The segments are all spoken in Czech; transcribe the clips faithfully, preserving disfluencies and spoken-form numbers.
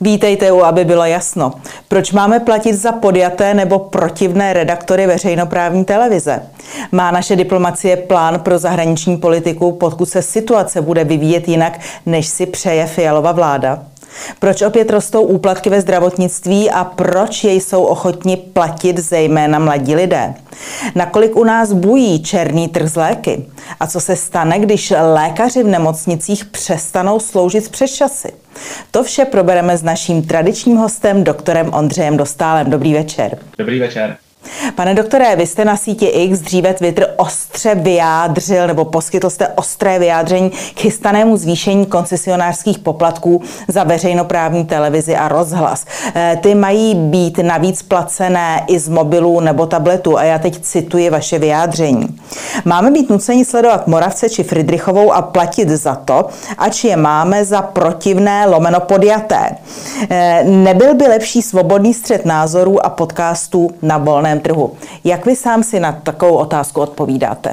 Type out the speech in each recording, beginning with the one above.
Vítejte u Aby bylo jasno. Proč máme platit za podjaté nebo protivné redaktory veřejnoprávní televize? Má naše diplomacie plán pro zahraniční politiku, pokud se situace bude vyvíjet jinak, než si přeje Fialova vláda? Proč opět rostou úplatky ve zdravotnictví a proč jej jsou ochotni platit zejména mladí lidé? Nakolik u nás bují černý trh s léky? A co se stane, když lékaři v nemocnicích přestanou sloužit přesčasy? To vše probereme s naším tradičním hostem, doktorem Ondřejem Dostálem. Dobrý večer. Dobrý večer. Pane doktore, vy jste na síti X, dříve Twitter, ostře vyjádřil nebo poskytl jste ostré vyjádření k chystanému zvýšení koncesionářských poplatků za veřejnoprávní televizi a rozhlas. Ty mají být navíc placené i z mobilů nebo tabletů a já teď cituji vaše vyjádření. Máme být nuceni sledovat Moravce či Fridrichovou a platit za to, ač je máme za protivné lomeno podjaté. Nebyl by lepší svobodný střet názorů a podcastů na volném trhu? Jak vy sám si na takovou otázku odpovídáte?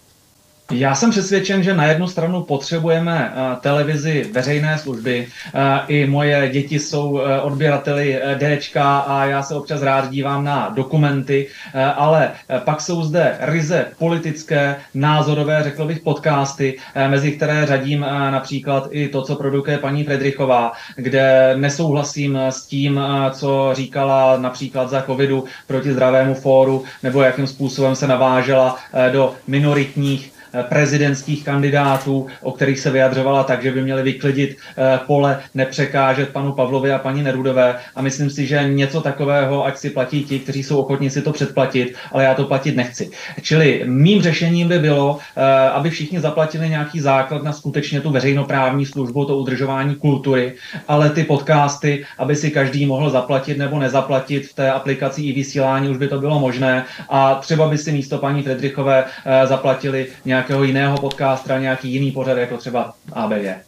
Já jsem přesvědčen, že na jednu stranu potřebujeme uh, televizi veřejné služby. Uh, I moje děti jsou uh, odběrateli uh, Dčka a já se občas rád dívám na dokumenty, uh, ale uh, pak jsou zde ryze politické, názorové, řekl bych, podcasty, uh, mezi které řadím uh, například i to, co produkuje paní Fridrichová, kde nesouhlasím s tím, uh, co říkala například za covidu proti Zdravému fóru, nebo jakým způsobem se navážela uh, do minoritních prezidentských kandidátů, o kterých se vyjadřovala tak, že by měli vyklidit pole, nepřekážet panu Pavlovi a paní Nerudové. A myslím si, že něco takového, ať si platí ti, kteří jsou ochotní si to předplatit, ale já to platit nechci. Čili mým řešením by bylo, aby všichni zaplatili nějaký základ na skutečně tu veřejnoprávní službu, to udržování kultury, ale ty podcasty, aby si každý mohl zaplatit nebo nezaplatit v té aplikaci i vysílání, už by to bylo možné a třeba by si místo paní Fridrichové zaplatili nějak nějakého jiného podcastra, nějaký jiný pořad, jako třeba A B V.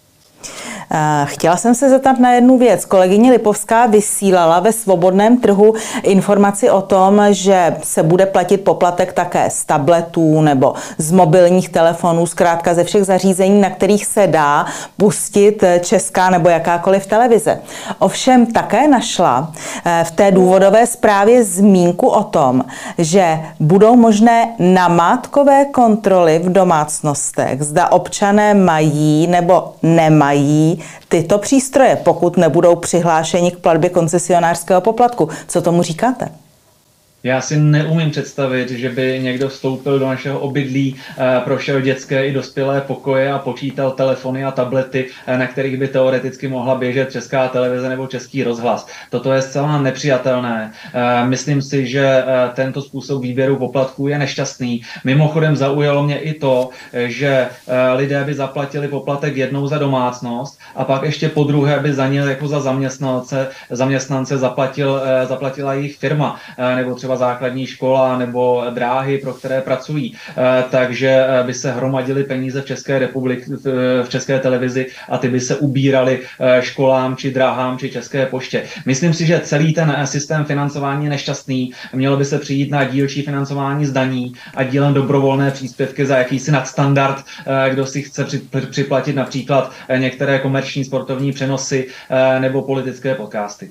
Chtěla jsem se zeptat na jednu věc. Kolegyně Lipovská vysílala ve Svobodném trhu informaci o tom, že se bude platit poplatek také z tabletů nebo z mobilních telefonů, zkrátka ze všech zařízení, na kterých se dá pustit česká nebo jakákoliv televize. Ovšem také našla v té důvodové zprávě zmínku o tom, že budou možné namátkové kontroly v domácnostech, zda občané mají nebo nemají tyto přístroje, pokud nebudou přihlášeni k platbě koncesionářského poplatku. Co tomu říkáte? Já si neumím představit, že by někdo vstoupil do našeho obydlí, prošel dětské i dospělé pokoje a počítal telefony a tablety, na kterých by teoreticky mohla běžet Česká televize nebo Český rozhlas. Toto je zcela nepřijatelné. Myslím si, že tento způsob výběru poplatků je nešťastný. Mimochodem zaujalo mě i to, že lidé by zaplatili poplatek jednou za domácnost a pak ještě po druhé by za ně jako za zaměstnance, zaměstnance zaplatil, zaplatila jejich firma nebo třeba základní škola nebo dráhy, pro které pracují. Takže by se hromadily peníze v České republice, v České televizi a ty by se ubíraly školám či dráhám či České poště. Myslím si, že celý ten systém financování je nešťastný. Mělo by se přijít na dílčí financování z daní a dílem dobrovolné příspěvky za jakýsi nadstandard, kdo si chce připlatit například některé komerční sportovní přenosy nebo politické podcasty.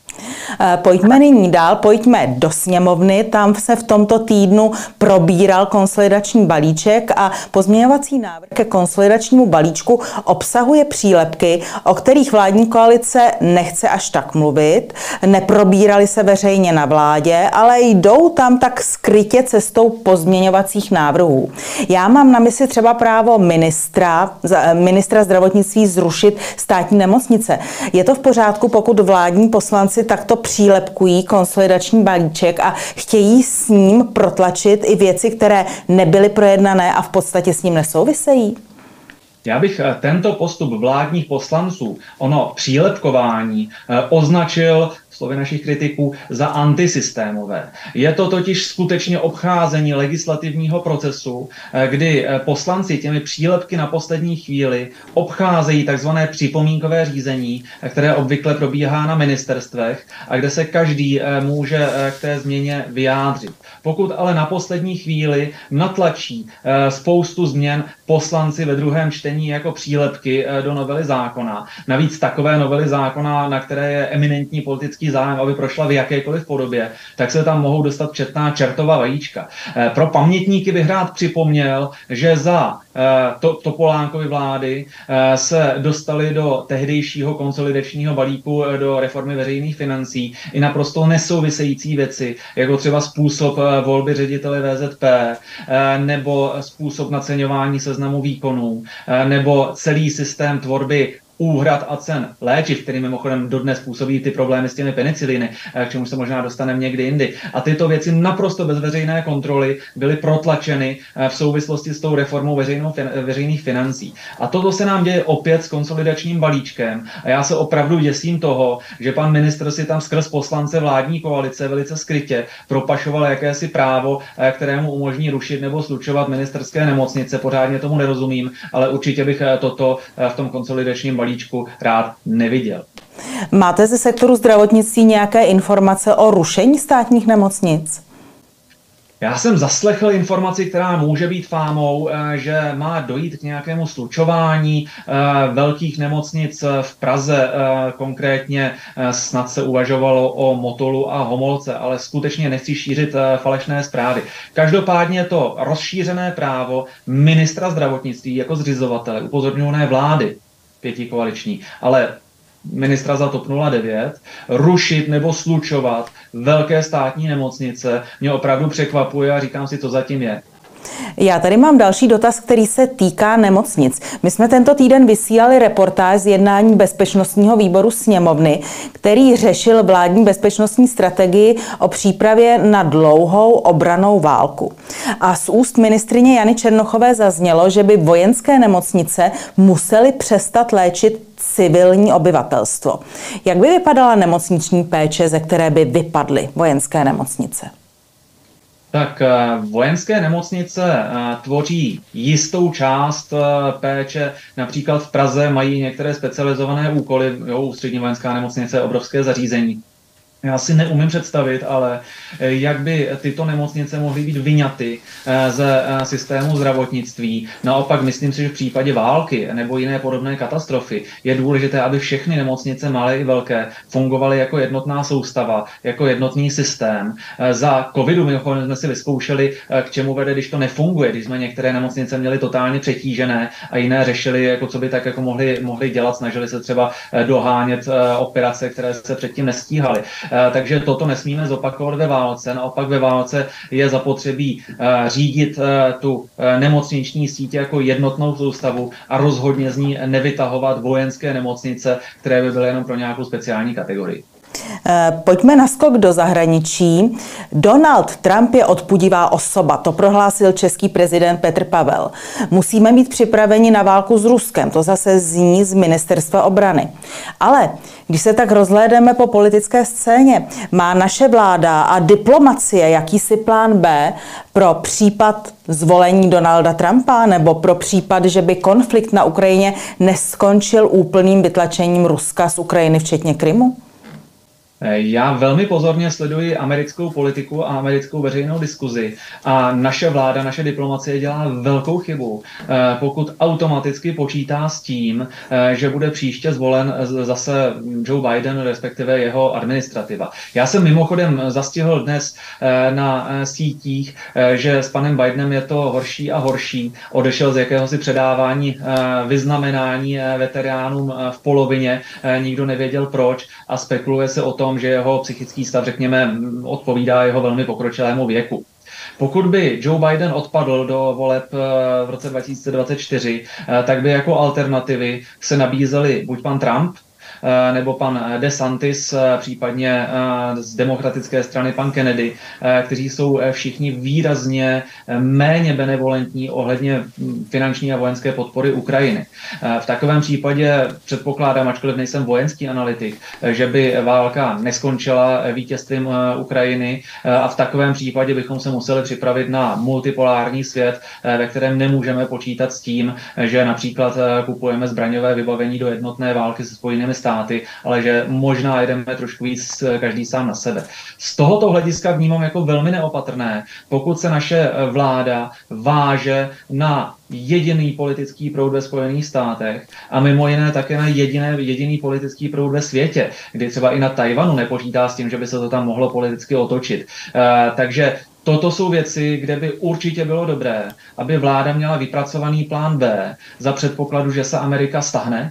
Pojďme nyní dál, pojďme do sněmovny, tam se v tomto týdnu probíral konsolidační balíček a pozměňovací návrh ke konsolidačnímu balíčku obsahuje přílepky, o kterých vládní koalice nechce až tak mluvit, neprobírali se veřejně na vládě, ale jdou tam tak skrytě cestou pozměňovacích návrhů. Já mám na mysli třeba právo ministra, ministra zdravotnictví zrušit státní nemocnice. Je to v pořádku, pokud vládní poslanci takto přílepkují konsolidační balíček a chtějí s ním protlačit i věci, které nebyly projednané a v podstatě s ním nesouvisejí? Já bych tento postup vládních poslanců, ono přílepkování, označil slovy našich kritiků, za antisystémové. Je to totiž skutečně obcházení legislativního procesu, kdy poslanci těmi přílepky na poslední chvíli obcházejí takzvané připomínkové řízení, které obvykle probíhá na ministerstvech a kde se každý může k té změně vyjádřit. Pokud ale na poslední chvíli natlačí spoustu změn poslanci ve druhém čtení jako přílepky do novely zákona, navíc takové novely zákona, na které je eminentní politický zájem, aby prošla v jakékoliv podobě, tak se tam mohou dostat četná čertova vajíčka. Pro pamětníky bych rád připomněl, že za to, Topolánkovy vlády se dostali do tehdejšího konsolidačního balíku do reformy veřejných financí i naprosto nesouvisející věci, jako třeba způsob volby ředitele V Z P, nebo způsob naceňování seznamu výkonů, nebo celý systém tvorby úhrad a cen léčiv, který mimochodem dodnes působí ty problémy s těmi peniciliny, k čemu se možná dostaneme někdy jindy. A tyto věci naprosto bez veřejné kontroly byly protlačeny v souvislosti s tou reformou veřejnou, veřejných financí. A toto se nám děje opět s konsolidačním balíčkem. A já se opravdu děsím toho, že pan ministr si tam skrz poslance vládní koalice velice skrytě propašoval jakési právo, kterému umožní rušit nebo slučovat ministerské nemocnice. Pořádně tomu nerozumím, ale určitě bych toto v tom konsolidačním balíčku balíčku rád neviděl. Máte ze sektoru zdravotnictví nějaké informace o rušení státních nemocnic? Já jsem zaslechl informaci, která může být fámou, že má dojít k nějakému slučování velkých nemocnic v Praze, konkrétně snad se uvažovalo o Motolu a Homolce, ale skutečně nechci šířit falešné zprávy. Každopádně to rozšířené právo ministra zdravotnictví jako zřizovatele, upozorňuji, ne vlády pětikoaliční, ale ministra za TOP nula devět, rušit nebo slučovat velké státní nemocnice mě opravdu překvapuje a říkám si, co zatím je. Já tady mám další dotaz, který se týká nemocnic. My jsme tento týden vysílali reportáž z jednání Bezpečnostního výboru sněmovny, který řešil vládní bezpečnostní strategii o přípravě na dlouhou obrannou válku. A z úst ministryně Jany Černochové zaznělo, že by vojenské nemocnice musely přestat léčit civilní obyvatelstvo. Jak by vypadala nemocniční péče, ze které by vypadly vojenské nemocnice? Tak vojenské nemocnice tvoří jistou část péče. Například v Praze mají některé specializované úkoly. Jo, Ústřední vojenská nemocnice je obrovské zařízení. Já si neumím představit, ale jak by tyto nemocnice mohly být vyňaty ze systému zdravotnictví. Naopak myslím si, že v případě války nebo jiné podobné katastrofy je důležité, aby všechny nemocnice, malé i velké, fungovaly jako jednotná soustava, jako jednotný systém. Za covidu my jsme si vyzkoušeli, k čemu vede, když to nefunguje, když jsme některé nemocnice měli totálně přetížené a jiné řešili, jako co by tak jako mohli, mohli dělat, snažili se třeba dohánět operace, které se předtím nestíhaly. Takže toto nesmíme zopakovat ve válce. Naopak ve válce je zapotřebí řídit tu nemocniční síť jako jednotnou soustavu a rozhodně z ní nevytahovat vojenské nemocnice, které by byly jenom pro nějakou speciální kategorii. Pojďme na skok do zahraničí. Donald Trump je odpudivá osoba, to prohlásil český prezident Petr Pavel. Musíme být připraveni na válku s Ruskem, to zase zní z ministerstva obrany. Ale když se tak rozhlédneme po politické scéně, má naše vláda a diplomacie jakýsi plán B pro případ zvolení Donalda Trumpa nebo pro případ, že by konflikt na Ukrajině neskončil úplným vytlačením Ruska z Ukrajiny, včetně Krymu? Já velmi pozorně sleduji americkou politiku a americkou veřejnou diskuzi a naše vláda, naše diplomacie dělá velkou chybu, pokud automaticky počítá s tím, že bude příště zvolen zase Joe Biden, respektive jeho administrativa. Já jsem mimochodem zastihl dnes na sítích, že s panem Bidenem je to horší a horší. Odešel z jakéhosi předávání vyznamenání veteránům v polovině, nikdo nevěděl proč a spekuluje se o tom, že jeho psychický stav, řekněme, odpovídá jeho velmi pokročilému věku. Pokud by Joe Biden odpadl do voleb v roce dva tisíce dvacet čtyři, tak by jako alternativy se nabízely buď pan Trump, nebo pan DeSantis, případně z demokratické strany pan Kennedy, kteří jsou všichni výrazně méně benevolentní ohledně finanční a vojenské podpory Ukrajiny. V takovém případě předpokládám, ačkoliv nejsem vojenský analytik, že by válka neskončila vítězstvím Ukrajiny a v takovém případě bychom se museli připravit na multipolární svět, ve kterém nemůžeme počítat s tím, že například kupujeme zbraňové vybavení do jednotné války se Spojenými státy, ale že možná jedeme trošku víc každý sám na sebe. Z tohoto hlediska vnímám jako velmi neopatrné, pokud se naše vláda váže na jediný politický proud ve Spojených státech a mimo jiné také na jediné, jediný politický proud ve světě, kdy třeba i na Tajvanu nepočítá s tím, že by se to tam mohlo politicky otočit. Uh, takže toto jsou věci, kde by určitě bylo dobré, aby vláda měla vypracovaný plán B za předpokladu, že se Amerika stahne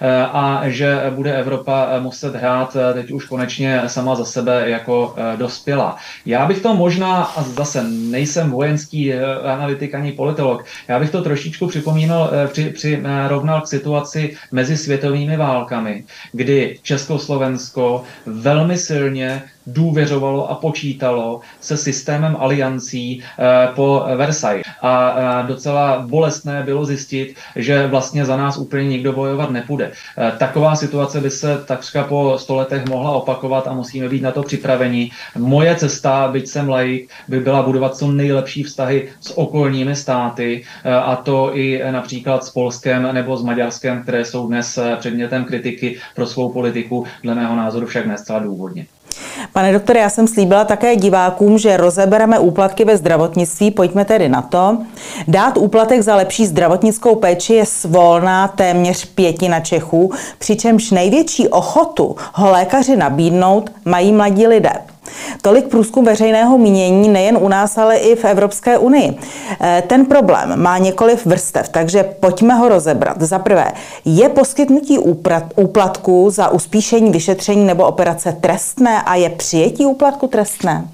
a že bude Evropa muset hrát teď už konečně sama za sebe jako dospělá. Já bych to možná, a zase nejsem vojenský analytik ani politolog, já bych to trošičku připomínal, při, přirovnal k situaci mezi světovými válkami, kdy Československo velmi silně důvěřovalo a počítalo se systémem aliancí po Versailles. A docela bolestné bylo zjistit, že vlastně za nás úplně nikdo bojovat nepůjde. Taková situace by se takřka po sto letech mohla opakovat a musíme být na to připraveni. Moje cesta, byť jsem laik, by byla budovat co nejlepší vztahy s okolními státy, a to i například s Polskem nebo s Maďarskem, které jsou dnes předmětem kritiky pro svou politiku, dle mého názoru však ne zcela důvodně. Pane doktore, já jsem slíbila také divákům, že rozebereme úplatky ve zdravotnictví, pojďme tedy na to. Dát úplatek za lepší zdravotnickou péči je svolná téměř pětina Čechů, přičemž největší ochotu ho lékaři nabídnout mají mladí lidé. Tolik průzkum veřejného mínění nejen u nás, ale i v Evropské unii. Ten problém má několik vrstev, takže pojďme ho rozebrat. Za prvé, je poskytnutí úplatku za uspíšení vyšetření nebo operace trestné a je přijetí úplatku trestné?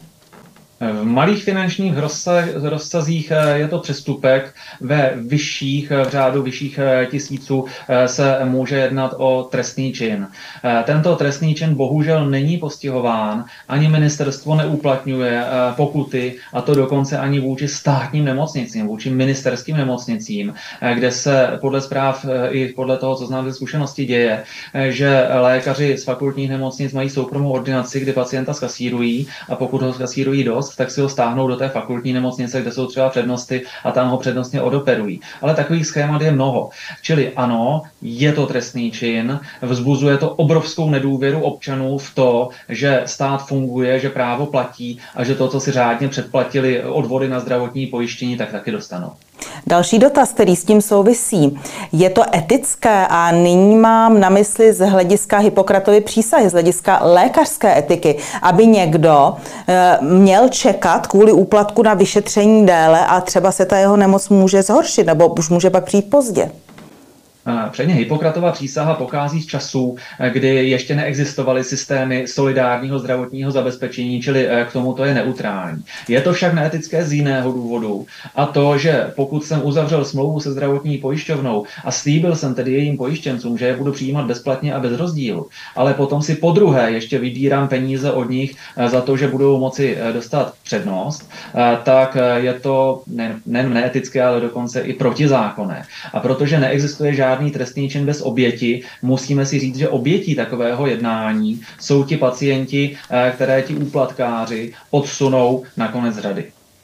V malých finančních rozsazích je to přestupek, ve vyšších, v řádu vyšších tisíců se může jednat o trestný čin. Tento trestný čin bohužel není postihován, ani ministerstvo neuplatňuje pokuty, a to dokonce ani vůči státním nemocnicím, vůči ministerským nemocnicím, kde se podle zpráv i podle toho, co znám ze zkušenosti, děje, že lékaři z fakultních nemocnic mají soukromou ordinaci, kdy pacienta skasírují, a pokud ho skasírují dost, tak si ho stáhnou do té fakultní nemocnice, kde jsou třeba přednosty, a tam ho přednostně odoperují. Ale takových schémat je mnoho. Čili ano, je to trestný čin, vzbuzuje to obrovskou nedůvěru občanů v to, že stát funguje, že právo platí a že to, co si řádně předplatili odvody na zdravotní pojištění, tak taky dostanou. Další dotaz, který s tím souvisí. Je to etické, a nyní mám na mysli z hlediska Hippokratovy přísahy, z hlediska lékařské etiky, aby někdo e, měl čekat kvůli úplatku na vyšetření déle a třeba se ta jeho nemoc může zhoršit, nebo už může pak přijít pozdě? Předně Hippokratova přísaha pochází z časů, kdy ještě neexistovaly systémy solidárního zdravotního zabezpečení, čili k tomu to je neutrální. Je to však neetické z jiného důvodu, a to, že pokud jsem uzavřel smlouvu se zdravotní pojišťovnou a slíbil jsem tedy jejím pojištěncům, že je budu přijímat bezplatně a bez rozdílu, ale potom si podruhé ještě vybírám peníze od nich za to, že budou moci dostat přednost, tak je to nejen ne, neetické, ale dokonce i protizákonné. A protože neexistuje žádný trestný čin bez oběti, musíme si říct, že obětí takového jednání jsou ti pacienti, které ti úplatkáři odsunou na konec řady.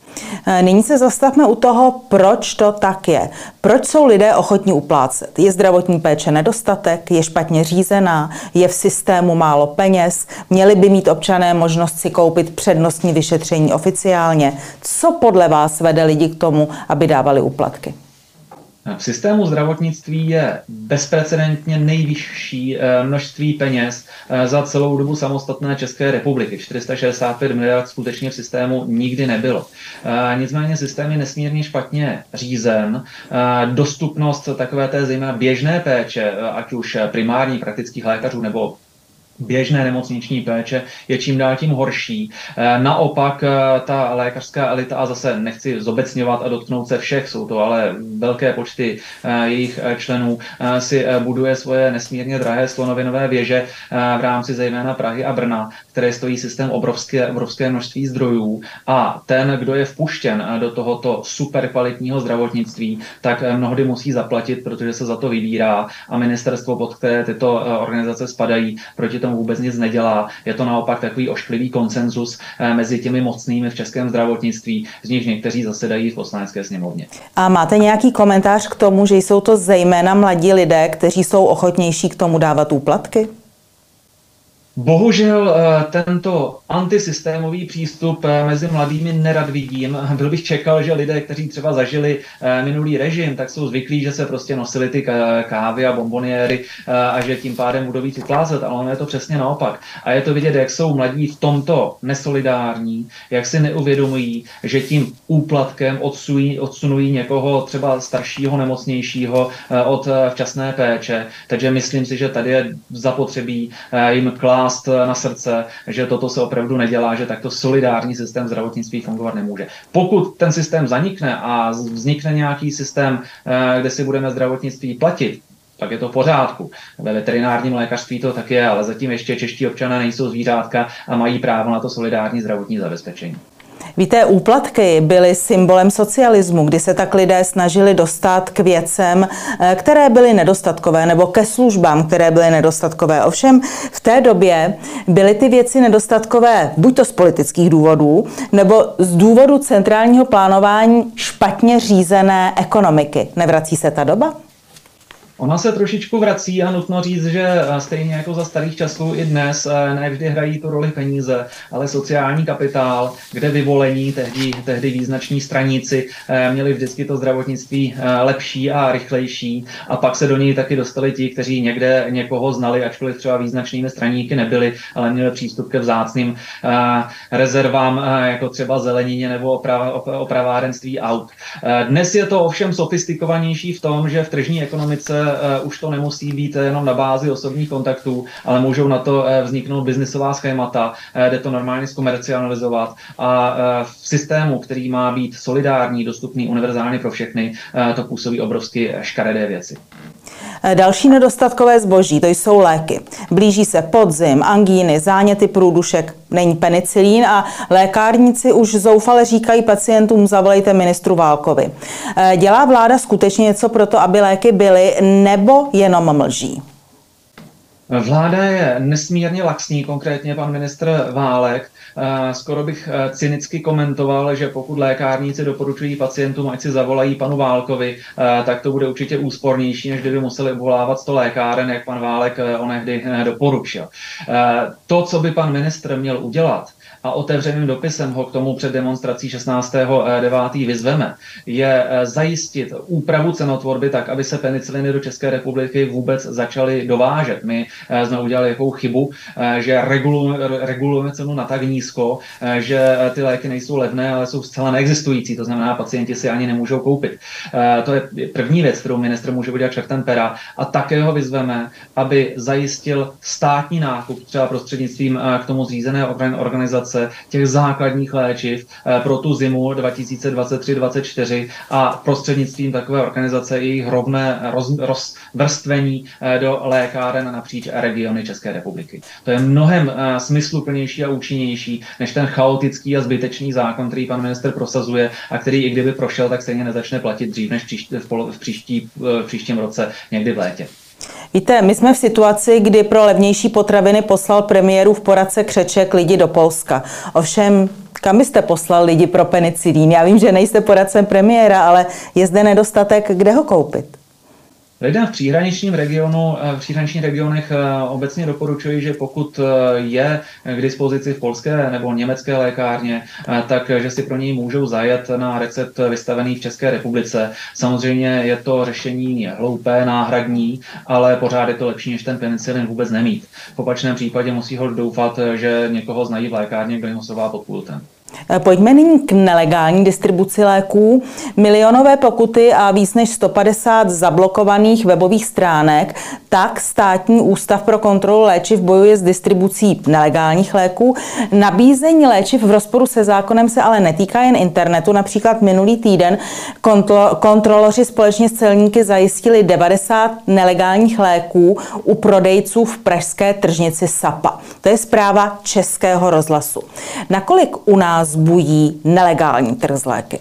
Nyní se zastavme u toho, proč to tak je. Proč jsou lidé ochotní uplácet? Je zdravotní péče nedostatek? Je špatně řízená? Je v systému málo peněz? Měli by mít občané možnost si koupit přednostní vyšetření oficiálně? Co podle vás vede lidi k tomu, aby dávali úplatky? V systému zdravotnictví je bezprecedentně nejvyšší množství peněz za celou dobu samostatné České republiky. čtyři sta šedesát pět miliard skutečně v systému nikdy nebylo. Nicméně systém je nesmírně špatně řízen. Dostupnost takové té zejména běžné péče, ať už primární praktických lékařů nebo běžné nemocniční péče je čím dál tím horší. Naopak ta lékařská elita, a zase nechci zobecňovat a dotknout se všech, jsou to ale velké počty jejich členů, si buduje svoje nesmírně drahé slonovinové věže v rámci zejména Prahy a Brna, které stojí systém obrovské, obrovské množství zdrojů, a ten, kdo je vpuštěn do tohoto super kvalitního zdravotnictví, tak mnohdy musí zaplatit, protože se za to vybírá, a ministerstvo, pod které tyto organizace spadají, proti tomu vůbec nic nedělá. Je to naopak takový ošklivý konsenzus mezi těmi mocnými v českém zdravotnictví, z nich někteří zasedají v Poslanecké sněmovně. A máte nějaký komentář k tomu, že jsou to zejména mladí lidé, kteří jsou ochotnější k tomu dávat úplatky? Bohužel tento antisystémový přístup mezi mladými nerad vidím. Byl bych čekal, že lidé, kteří třeba zažili minulý režim, tak jsou zvyklí, že se prostě nosili ty kávy a bomboniéry a že tím pádem budou víc vyplácet, ale ono je to přesně naopak. A je to vidět, jak jsou mladí v tomto nesolidární, jak si neuvědomují, že tím úplatkem odsují, odsunují někoho třeba staršího, nemocnějšího od včasné péče. Takže myslím si, že tady je zapotřebí jim klát na srdce, že toto se opravdu nedělá, že takto solidární systém zdravotnictví fungovat nemůže. Pokud ten systém zanikne a vznikne nějaký systém, kde si budeme zdravotnictví platit, tak je to v pořádku. Ve veterinárním lékařství to tak je, ale zatím ještě čeští občané nejsou zvířátka a mají právo na to solidární zdravotní zabezpečení. Víte, úplatky byly symbolem socialismu, kdy se tak lidé snažili dostat k věcem, které byly nedostatkové, nebo ke službám, které byly nedostatkové. Ovšem v té době byly ty věci nedostatkové buď to z politických důvodů, nebo z důvodu centrálního plánování špatně řízené ekonomiky. Nevrací se ta doba? Ona se trošičku vrací a nutno říct, že stejně jako za starých časů i dnes nevždy hrají tu roli peníze, ale sociální kapitál, kde vyvolení, tehdy, tehdy význační straníci měli vždycky to zdravotnictví lepší a rychlejší, a pak se do něj taky dostali ti, kteří někde někoho znali, ačkoliv třeba význačnými straníky nebyli, ale měli přístup ke vzácným rezervám, jako třeba zelenině nebo oprav, opravárenství aut. Dnes je to ovšem sofistikovanější v tom, že v tržní ekonomice Uh, už to nemusí být jenom na bázi osobních kontaktů, ale můžou na to uh, vzniknout biznisová schémata, uh, jde to normálně zkomercializovat, a uh, v systému, který má být solidární, dostupný univerzálně pro všechny, uh, to působí obrovsky škaredé věci. Další nedostatkové zboží, to jsou léky. Blíží se podzim, angíny, záněty průdušek, není penicilín a lékárníci už zoufale říkají pacientům: zavolejte ministru Válkovi. Dělá vláda skutečně něco pro to, aby léky byly, nebo jenom mlží? Vláda je nesmírně laxní, konkrétně pan ministr Válek. Skoro bych cynicky komentoval, že pokud lékárníci doporučují pacientům, ať si zavolají panu Válkovi, tak to bude určitě úspornější, než kdyby museli obvolávat sto lékáren, jak pan Válek onehdy doporučil. To, co by pan ministr měl udělat, a otevřeným dopisem ho k tomu před demonstrací šestnáctého devátého vyzveme, je zajistit úpravu cenotvorby tak, aby se peniciliny do České republiky vůbec začaly dovážet. My jsme udělali jakou chybu, že regulujeme, regulujeme cenu na tak nízko, že ty léky nejsou levné, ale jsou zcela neexistující, to znamená, pacienti si ani nemůžou koupit. To je první věc, kterou ministr může udělat čertem pera, a také ho vyzveme, aby zajistil státní nákup, třeba prostřednictvím k tomu zřízené organizace, těch základních léčiv pro tu zimu dva tisíce dvacet tři dvacet čtyři, a prostřednictvím takové organizace i jejich rovné roz, rozvrstvení do lékáren napříč regiony České republiky. To je mnohem smysluplnější a účinnější než ten chaotický a zbytečný zákon, který pan minister prosazuje a který, i kdyby prošel, tak stejně nezačne platit dřív než příští, v, příští, v příštím roce, někdy v létě. Víte, my jsme v situaci, kdy pro levnější potraviny poslal premiérův poradce Křeček lidi do Polska. Ovšem, kam byste poslal lidi pro penicilín? Já vím, že nejste poradcem premiéra, ale je zde nedostatek, kde ho koupit? Lidem v příhraničním regionu, v příhraničních regionech obecně doporučuji, že pokud je k dispozici v polské nebo německé lékárně, takže si pro něj můžou zajet na recept vystavený v České republice. Samozřejmě je to řešení hloupé, náhradní, ale pořád je to lepší, než ten penicilin vůbec nemít. V opačném případě musí ho doufat, že někoho znají v lékárně, kdo jim ho sová pod pultem. Pojďme nyní k nelegální distribuci léků. Milionové pokuty a víc než sto padesát zablokovaných webových stránek. Tak Státní ústav pro kontrolu léčiv bojuje s distribucí nelegálních léků. Nabízení léčiv v rozporu se zákonem se ale netýká jen internetu. Například minulý týden kontro- kontroloři společně s celníky zajistili devadesát nelegálních léků u prodejců v pražské tržnici Sapa. To je zpráva Českého rozhlasu. Nakolik u nás bují nelegální trh s léky?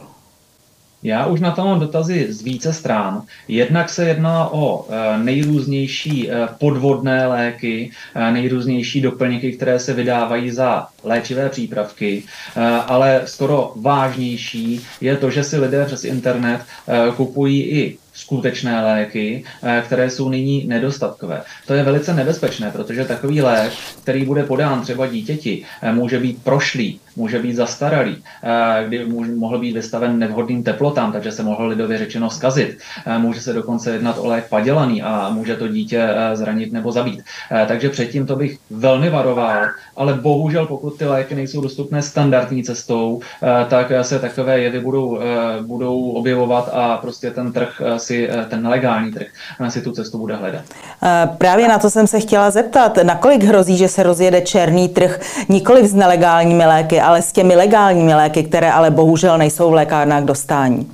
Já už na to mám dotazy z více stran. Jednak se jedná o nejrůznější podvodné léky, nejrůznější doplňky, které se vydávají za léčivé přípravky, ale skoro vážnější je to, že si lidé přes internet kupují i skutečné léky, které jsou nyní nedostatkové. To je velice nebezpečné, protože takový lék, který bude podán třeba dítěti, může být prošlý, může být zastaralý, kdy mohl být vystaven nevhodným teplotám, takže se mohl lidově řečeno zkazit. Může se dokonce jednat o lék padělaný a může to dítě zranit nebo zabít. Takže předtím to bych velmi varoval, ale bohužel pokud ty léky nejsou dostupné standardní cestou, tak se takové jevy budou, budou objevovat a prostě ten trh si, ten nelegální trh si tu cestu bude hledat. Právě na to jsem se chtěla zeptat, nakolik hrozí, že se rozjede černý trh nikoliv s nelegálními léky, ale s těmi legálními léky, které ale bohužel nejsou v lékárnách k dostání?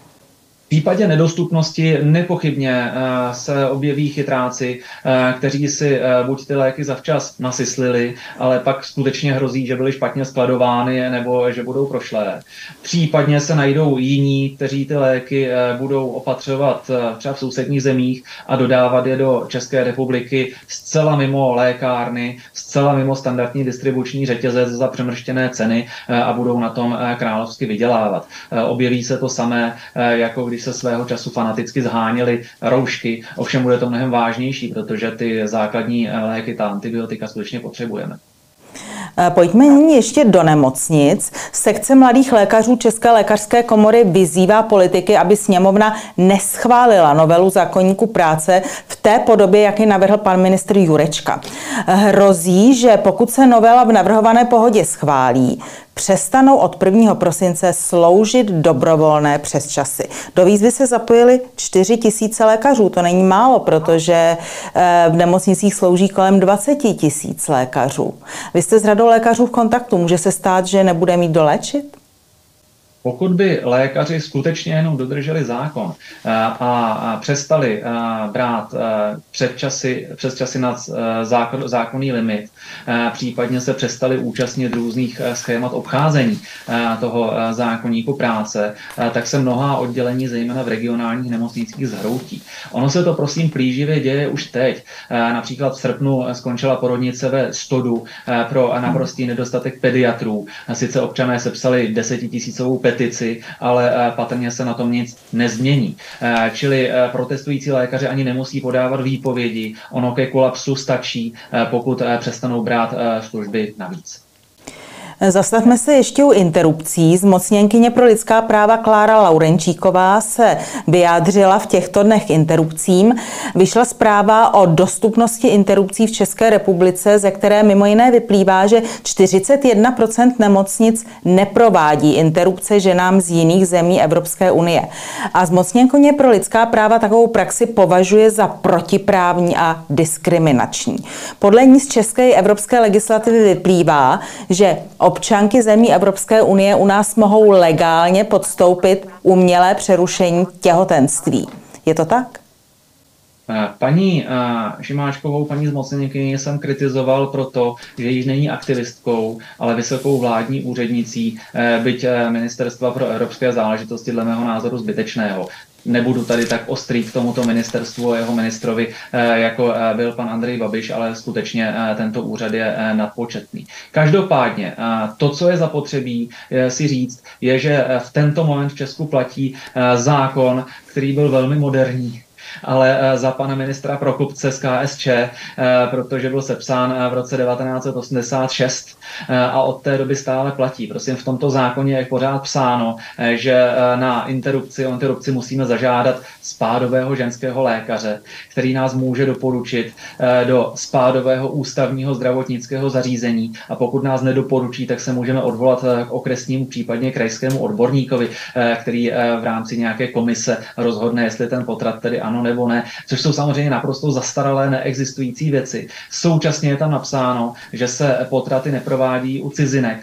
V případě nedostupnosti nepochybně se objeví chytráci, kteří si buď ty léky zavčas nasyslili, ale pak skutečně hrozí, že byly špatně skladovány nebo že budou prošlé. Případně se najdou jiní, kteří ty léky budou opatřovat třeba v sousedních zemích a dodávat je do České republiky zcela mimo lékárny, zcela mimo standardní distribuční řetězec za přemrštěné ceny a budou na tom královsky vydělávat. Objeví se to samé, jako když se svého času fanaticky zháněly roušky, ovšem bude to mnohem vážnější, protože ty základní léky, ta antibiotika skutečně potřebujeme. Pojďme nyní ještě do nemocnic. Sekce mladých lékařů České lékařské komory vyzývá politiky, aby sněmovna neschválila novelu zákoníku práce v té podobě, jak ji navrhl pan ministr Jurečka. Hrozí, že pokud se novela v navrhované pohodě schválí, přestanou od prvního prosince sloužit dobrovolné přesčasy. Do výzvy se zapojili čtyři tisíce lékařů. To není málo, protože v nemocnicích slouží kolem dvacet tisíc lékařů. Vy jste s řadou lékařů v kontaktu. Může se stát, že nebude mít doléčit? Pokud by lékaři skutečně jenom dodrželi zákon a přestali brát předčasy, přesčasy nad zákon, zákonný limit, případně se přestali účastnit různých schémat obcházení toho zákoníku práce, tak se mnohá oddělení, zejména v regionálních nemocnicích, zhroutí. Ono se to prosím plíživě děje už teď. Například v srpnu skončila porodnice ve Stodu pro naprostý nedostatek pediatrů. Sice občané sepsali desetitisícovou petici, ale patrně se na tom nic nezmění. Čili protestující lékaři ani nemusí podávat výpovědi. Ono ke kolapsu stačí, pokud přestanou brát služby navíc. Zastavme se ještě u interrupcí. Zmocněnkyně pro lidská práva Klára Laurenčíková se vyjádřila v těchto dnech interrupcím. Vyšla zpráva o dostupnosti interrupcí v České republice, ze které mimo jiné vyplývá, že čtyřicet jedna procent nemocnic neprovádí interrupce ženám z jiných zemí Evropské unie. A zmocněnkyně pro lidská práva takovou praxi považuje za protiprávní a diskriminační. Podle ní z české i evropské legislativy vyplývá, že občanky zemí Evropské unie u nás mohou legálně podstoupit umělé přerušení těhotenství. Je to tak? Paní Šimáčkovou, paní zmocněnkyni jsem kritizoval proto, že již není aktivistkou, ale vysokou vládní úřednicí, byť Ministerstva pro evropské záležitosti dle mého názoru zbytečného. Nebudu tady tak ostrý k tomuto ministerstvu a jeho ministrovi, jako byl pan Andrej Babiš, ale skutečně tento úřad je nadpočetný. Každopádně to, co je zapotřebí si říct, je, že v tento moment v Česku platí zákon, který byl velmi moderní, ale za pana ministra Prokupce z K S Č, protože byl sepsán v roce devatenáct set osmdesát šest a od té doby stále platí. Prosím, v tomto zákoně je pořád psáno, že na interrupci, o interrupci musíme zažádat spádového ženského lékaře, který nás může doporučit do spádového ústavního zdravotnického zařízení, a pokud nás nedoporučí, tak se můžeme odvolat k okresnímu, případně krajskému odborníkovi, který v rámci nějaké komise rozhodne, jestli ten potrat tedy ano nebo ne, což jsou samozřejmě naprosto zastaralé, neexistující věci. Současně je tam napsáno, že se potraty neprovádí u cizinek,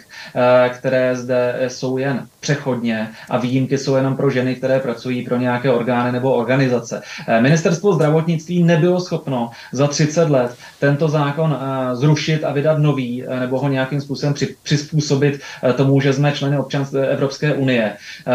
které zde jsou jen přechodně a výjimky jsou jenom pro ženy, které pracují pro nějaké orgány nebo organizace. Ministerstvo zdravotnictví nebylo schopno za třicet let tento zákon zrušit a vydat nový, nebo ho nějakým způsobem přizpůsobit tomu, že jsme členy občanské Evropské unie.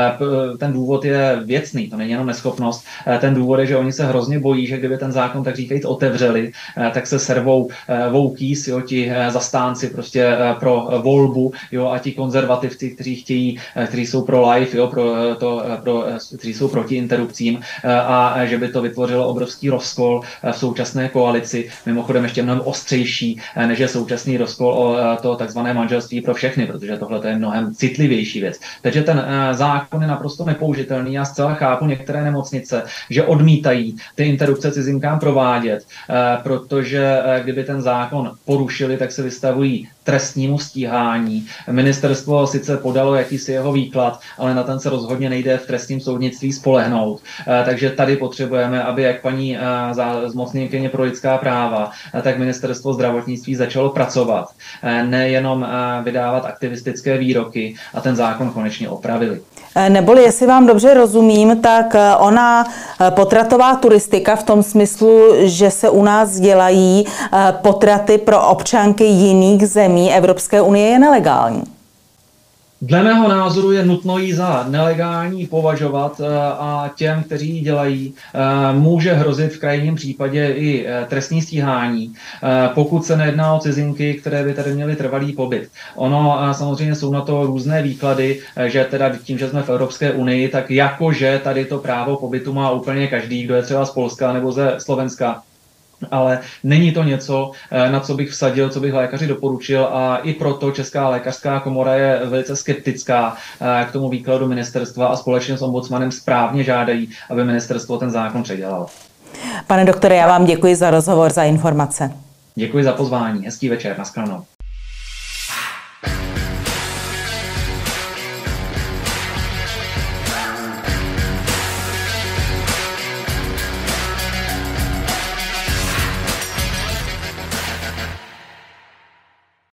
Ten důvod je věcný, to není jenom neschopnost. Ten důvod je, že oni se hrozně bojí, že kdyby ten zákon tak říkajíc otevřeli, tak se servou voukýs, jo, ti zastánci prostě pro volbu, jo, a ti konzervativci, kteří chtějí, kteří jsou pro life, jo, pro to, pro, kteří jsou proti interrupcím, a že by to vytvořilo obrovský rozkol v současné koalici, mimochodem ještě mnohem ostřejší, než je současný rozkol o to takzvané manželství pro všechny, protože tohle je mnohem citlivější věc. Takže ten zákon je naprosto nepoužitelný. Já zcela chápu některé nemocnice, že odmítají ty interrupce cizinkám provádět, protože kdyby ten zákon porušili, tak se vystavují trestnímu stíhání. Ministerstvo sice podalo jakýsi jeho výklad, ale na ten se rozhodně nejde v trestním soudnictví spolehnout. Takže tady potřebujeme, aby jak paní zmocněnkyně pro lidská práva, tak ministerstvo zdravotnictví začalo pracovat. Nejenom vydávat aktivistické výroky a ten zákon konečně opravili. Neboli, jestli vám dobře rozumím, tak ona potratová turistika v tom smyslu, že se u nás dělají potraty pro občanky jiných zemí Evropské unie, je nelegální. Dle mého názoru je nutno ji za nelegální považovat a těm, kteří ji dělají, může hrozit v krajním případě i trestní stíhání, pokud se nejedná o cizinky, které by tady měly trvalý pobyt. Ono samozřejmě jsou na to různé výklady, že teda tím, že jsme v Evropské unii, tak jakože tady to právo pobytu má úplně každý, kdo je třeba z Polska nebo ze Slovenska. Ale není to něco, na co bych vsadil, co bych lékaři doporučil, a i proto Česká lékařská komora je velice skeptická k tomu výkladu ministerstva a společně s ombudsmanem správně žádají, aby ministerstvo ten zákon předělalo. Pane doktore, já vám děkuji za rozhovor, za informace. Děkuji za pozvání. Hezký večer. Naschledanou.